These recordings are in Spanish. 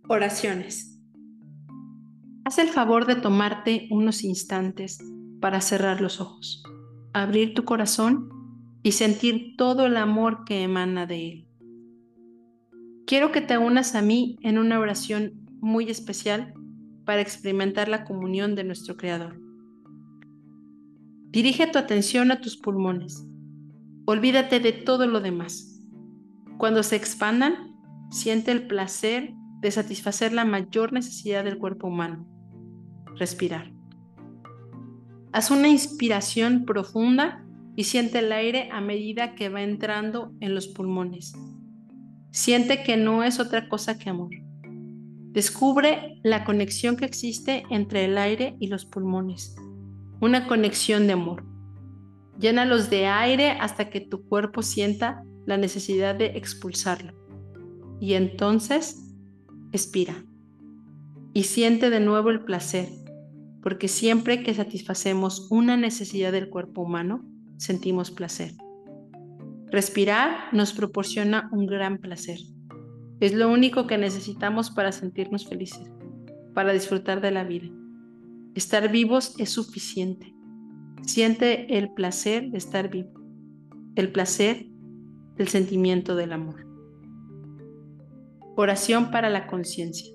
Oraciones. Haz el favor de tomarte unos instantes para cerrar los ojos, abrir tu corazón y sentir todo el amor que emana de él. Quiero que te unas a mí en una oración muy especial para experimentar la comunión de nuestro Creador. Dirige tu atención a tus pulmones. Olvídate de todo lo demás. Cuando se expandan, siente el placer de satisfacer la mayor necesidad del cuerpo humano: respirar. Haz una inspiración profunda y siente el aire a medida que va entrando en los pulmones. Siente que no es otra cosa que amor. Descubre la conexión que existe entre el aire y los pulmones. Una conexión de amor. Llénalos de aire hasta que tu cuerpo sienta la necesidad de expulsarlo. Y entonces, expira. Y siente de nuevo el placer, porque siempre que satisfacemos una necesidad del cuerpo humano, sentimos placer. Respirar nos proporciona un gran placer. Es lo único que necesitamos para sentirnos felices, para disfrutar de la vida. Estar vivos es suficiente. Siente el placer de estar vivo, el placer del sentimiento del amor. Oración para la conciencia.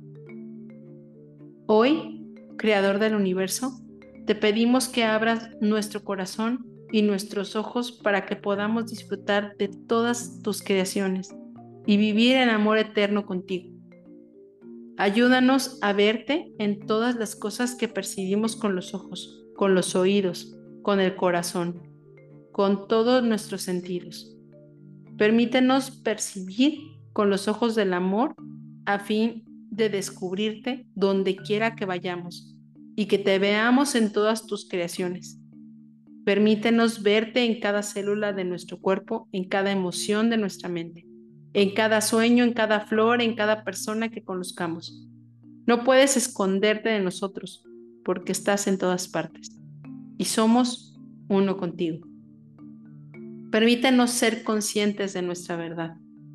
Hoy, Creador del universo, te pedimos que abras nuestro corazón y nuestros ojos para que podamos disfrutar de todas tus creaciones y vivir en amor eterno contigo. Ayúdanos a verte en todas las cosas que percibimos con los ojos, con los oídos, con el corazón, con todos nuestros sentidos. Permítenos percibir con los ojos del amor a fin de descubrirte donde quiera que vayamos y que te veamos en todas tus creaciones. Permítenos verte en cada célula de nuestro cuerpo, en cada emoción de nuestra mente, en cada sueño, en cada flor, en cada persona que conozcamos. No puedes esconderte de nosotros porque estás en todas partes y somos uno contigo. Permítenos ser conscientes de nuestra verdad.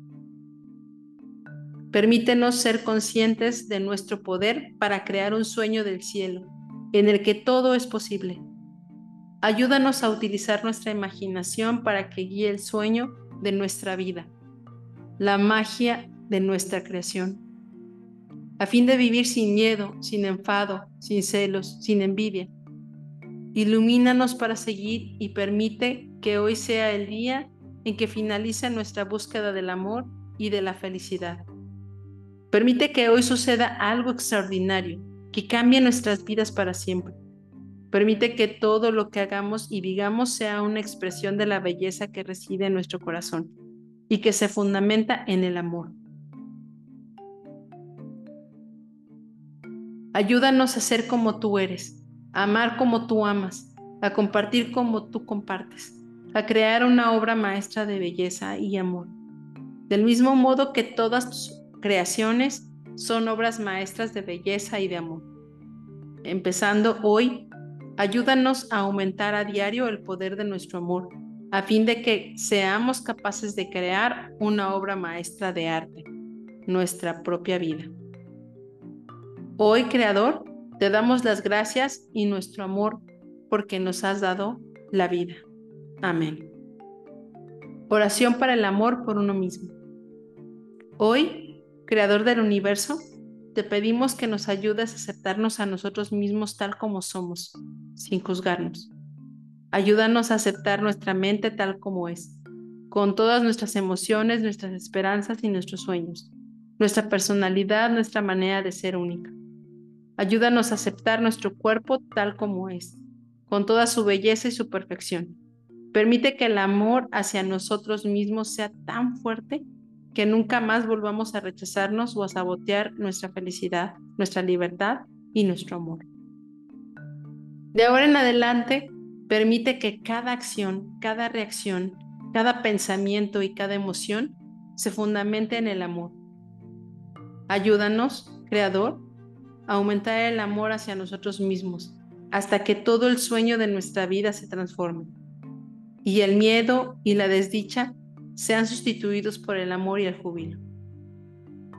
Permítenos ser conscientes de nuestro poder para crear un sueño del cielo, en el que todo es posible. Ayúdanos a utilizar nuestra imaginación para que guíe el sueño de nuestra vida, la magia de nuestra creación, a fin de vivir sin miedo, sin enfado, sin celos, sin envidia. Ilumínanos para seguir y permite que hoy sea el día en que finalice nuestra búsqueda del amor y de la felicidad. Permite que hoy suceda algo extraordinario, que cambie nuestras vidas para siempre. Permite que todo lo que hagamos y digamos sea una expresión de la belleza que reside en nuestro corazón y que se fundamenta en el amor. Ayúdanos a ser como tú eres, a amar como tú amas, a compartir como tú compartes, a crear una obra maestra de belleza y amor. Del mismo modo que todas tus creaciones son obras maestras de belleza y de amor. Empezando hoy, ayúdanos a aumentar a diario el poder de nuestro amor, a fin de que seamos capaces de crear una obra maestra de arte, nuestra propia vida. Hoy, Creador, te damos las gracias y nuestro amor porque nos has dado la vida. Amén. Oración para el amor por uno mismo. Hoy, Creador del universo, te pedimos que nos ayudes a aceptarnos a nosotros mismos tal como somos, sin juzgarnos. Ayúdanos a aceptar nuestra mente tal como es, con todas nuestras emociones, nuestras esperanzas y nuestros sueños, nuestra personalidad, nuestra manera de ser única. Ayúdanos a aceptar nuestro cuerpo tal como es, con toda su belleza y su perfección. Permite que el amor hacia nosotros mismos sea tan fuerte que nunca más volvamos a rechazarnos o a sabotear nuestra felicidad, nuestra libertad y nuestro amor. De ahora en adelante, permite que cada acción, cada reacción, cada pensamiento y cada emoción se fundamente en el amor. Ayúdanos, Creador, a aumentar el amor hacia nosotros mismos, hasta que todo el sueño de nuestra vida se transforme y el miedo y la desdicha sean sustituidos por el amor y el júbilo.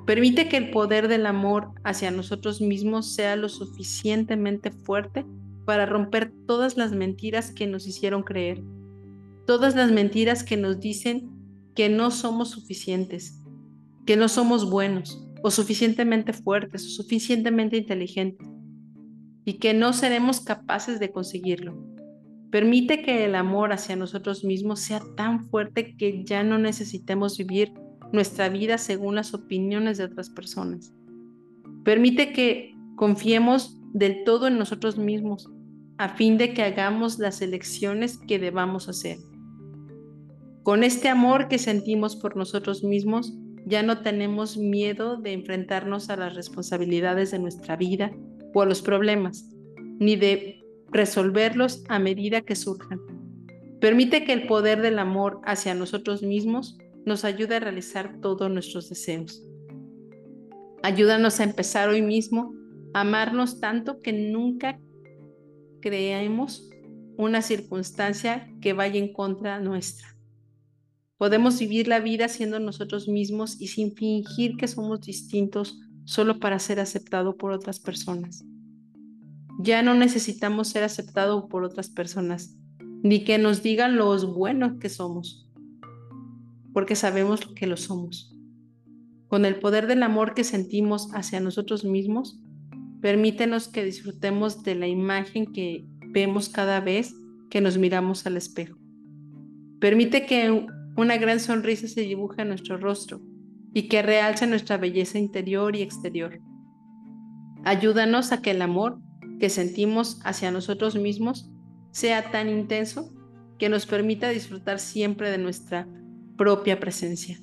Permite que el poder del amor hacia nosotros mismos sea lo suficientemente fuerte para romper todas las mentiras que nos hicieron creer, todas las mentiras que nos dicen que no somos suficientes, que no somos buenos, o suficientemente fuertes, o suficientemente inteligentes, y que no seremos capaces de conseguirlo. Permite que el amor hacia nosotros mismos sea tan fuerte que ya no necesitemos vivir nuestra vida según las opiniones de otras personas. Permite que confiemos del todo en nosotros mismos, a fin de que hagamos las elecciones que debamos hacer. Con este amor que sentimos por nosotros mismos, ya no tenemos miedo de enfrentarnos a las responsabilidades de nuestra vida o a los problemas, ni de resolverlos a medida que surjan. Permite que el poder del amor hacia nosotros mismos nos ayude a realizar todos nuestros deseos. Ayúdanos a empezar hoy mismo a amarnos tanto que nunca creemos una circunstancia que vaya en contra nuestra. Podemos vivir la vida siendo nosotros mismos y sin fingir que somos distintos solo para ser aceptados por otras personas. Ya no necesitamos ser aceptados por otras personas, ni que nos digan lo buenos que somos, porque sabemos que lo somos. Con el poder del amor que sentimos hacia nosotros mismos, permítenos que disfrutemos de la imagen que vemos cada vez que nos miramos al espejo. Permite que una gran sonrisa se dibuje en nuestro rostro y que realce nuestra belleza interior y exterior. Ayúdanos a que el amor que sentimos hacia nosotros mismos sea tan intenso que nos permita disfrutar siempre de nuestra propia presencia.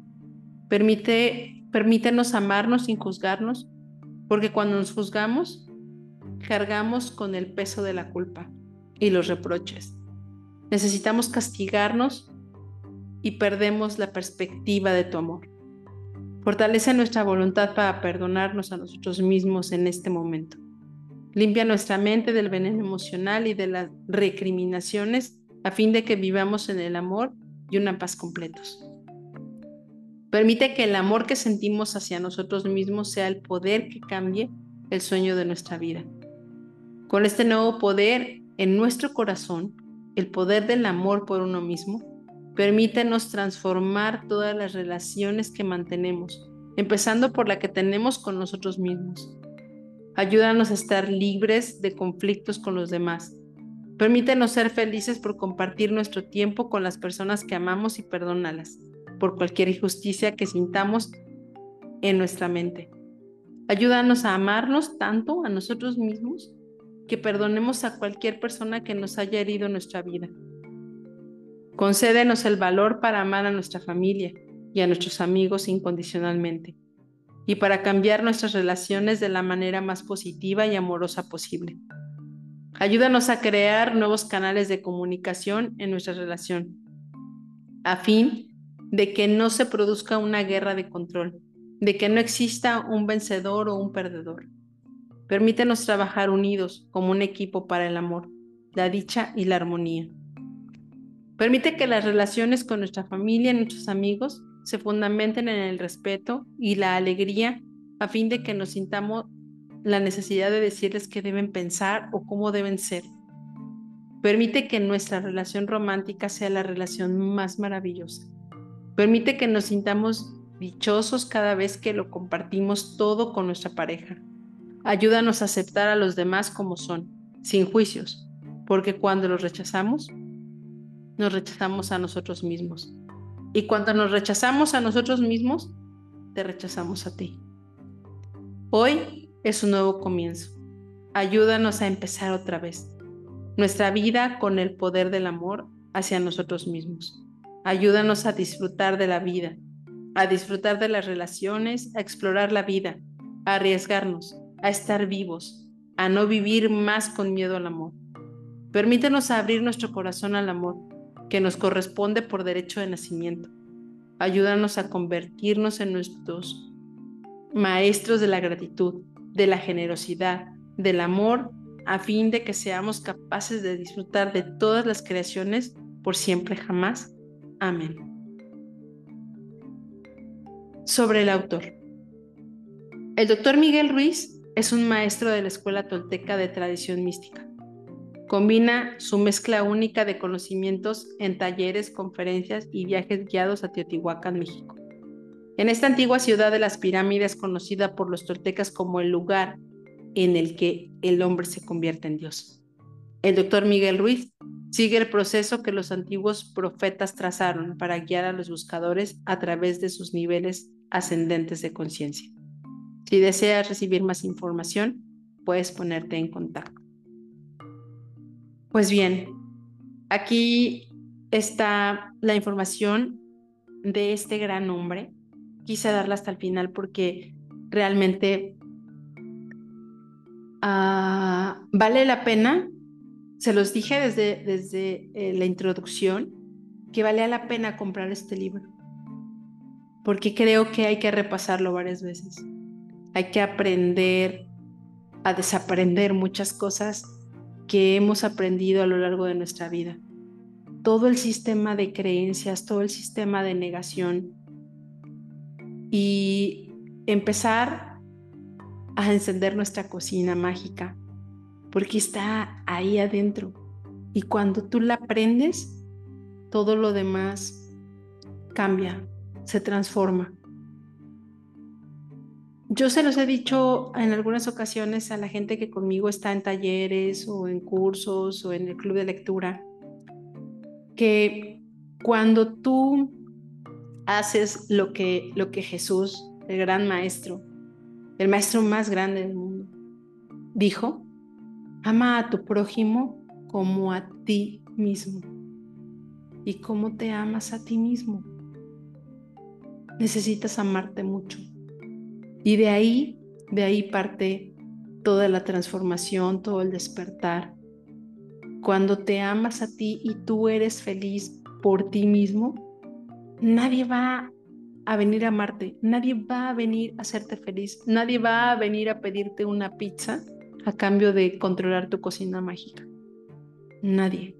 Permítenos amarnos sin juzgarnos, porque cuando nos juzgamos, cargamos con el peso de la culpa y los reproches. Necesitamos castigarnos y perdemos la perspectiva de tu amor. Fortalece nuestra voluntad para perdonarnos a nosotros mismos en este momento. Limpia nuestra mente del veneno emocional y de las recriminaciones a fin de que vivamos en el amor y una paz completos. Permite que el amor que sentimos hacia nosotros mismos sea el poder que cambie el sueño de nuestra vida. Con este nuevo poder en nuestro corazón, el poder del amor por uno mismo, permítenos transformar todas las relaciones que mantenemos, empezando por la que tenemos con nosotros mismos. Ayúdanos a estar libres de conflictos con los demás. Permítenos ser felices por compartir nuestro tiempo con las personas que amamos y perdónalas por cualquier injusticia que sintamos en nuestra mente. Ayúdanos a amarnos tanto a nosotros mismos que perdonemos a cualquier persona que nos haya herido en nuestra vida. Concédenos el valor para amar a nuestra familia y a nuestros amigos incondicionalmente y para cambiar nuestras relaciones de la manera más positiva y amorosa posible. Ayúdanos a crear nuevos canales de comunicación en nuestra relación, a fin de que no se produzca una guerra de control, de que no exista un vencedor o un perdedor. Permítenos trabajar unidos como un equipo para el amor, la dicha y la armonía. Permite que las relaciones con nuestra familia y nuestros amigos se fundamenten en el respeto y la alegría a fin de que nos sintamos la necesidad de decirles qué deben pensar o cómo deben ser. Permite que nuestra relación romántica sea la relación más maravillosa. Permite que nos sintamos dichosos cada vez que lo compartimos todo con nuestra pareja. Ayúdanos a aceptar a los demás como son, sin juicios, porque cuando los rechazamos, nos rechazamos a nosotros mismos. Y cuando nos rechazamos a nosotros mismos, te rechazamos a ti. Hoy es un nuevo comienzo. Ayúdanos a empezar otra vez nuestra vida con el poder del amor hacia nosotros mismos. Ayúdanos a disfrutar de la vida, a disfrutar de las relaciones, a explorar la vida, a arriesgarnos, a estar vivos, a no vivir más con miedo al amor. Permítenos abrir nuestro corazón al amor, que nos corresponde por derecho de nacimiento. Ayúdanos a convertirnos en nuestros maestros de la gratitud, de la generosidad, del amor, a fin de que seamos capaces de disfrutar de todas las creaciones por siempre jamás. Amén. Sobre el autor. El doctor Miguel Ruiz es un maestro de la Escuela Tolteca de Tradición Mística. Combina su mezcla única de conocimientos en talleres, conferencias y viajes guiados a Teotihuacán, México. En esta antigua ciudad de las pirámides, conocida por los toltecas como el lugar en el que el hombre se convierte en Dios. El doctor Miguel Ruiz sigue el proceso que los antiguos profetas trazaron para guiar a los buscadores a través de sus niveles ascendentes de conciencia. Si deseas recibir más información, puedes ponerte en contacto. Pues bien, aquí está la información de este gran hombre. Quise darla hasta el final porque realmente vale la pena. Se los dije desde la introducción que valía la pena comprar este libro, porque creo que hay que repasarlo varias veces. Hay que aprender a desaprender muchas cosas que hemos aprendido a lo largo de nuestra vida. Todo el sistema de creencias, todo el sistema de negación y empezar a encender nuestra cocina mágica, porque está ahí adentro. Y cuando tú la aprendes, todo lo demás cambia, se transforma. Yo se los he dicho en algunas ocasiones a la gente que conmigo está en talleres o en cursos o en el club de lectura, que cuando tú haces lo que Jesús, el gran maestro, el maestro más grande del mundo, dijo, ama a tu prójimo como a ti mismo. ¿Y cómo te amas a ti mismo? Necesitas amarte mucho. Y de ahí parte toda la transformación, todo el despertar. Cuando te amas a ti y tú eres feliz por ti mismo, nadie va a venir a amarte, nadie va a venir a hacerte feliz, nadie va a venir a pedirte una pizza a cambio de controlar tu cocina mágica. Nadie.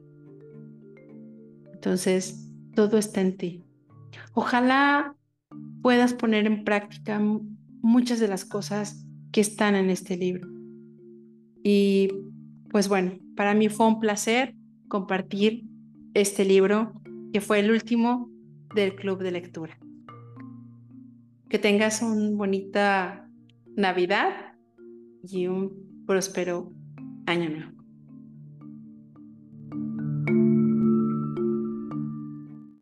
Entonces, todo está en ti. Ojalá puedas poner en práctica muchas de las cosas que están en este libro. Y pues bueno, para mí fue un placer compartir este libro, que fue el último del club de lectura. Que tengas una bonita Navidad y un próspero año nuevo.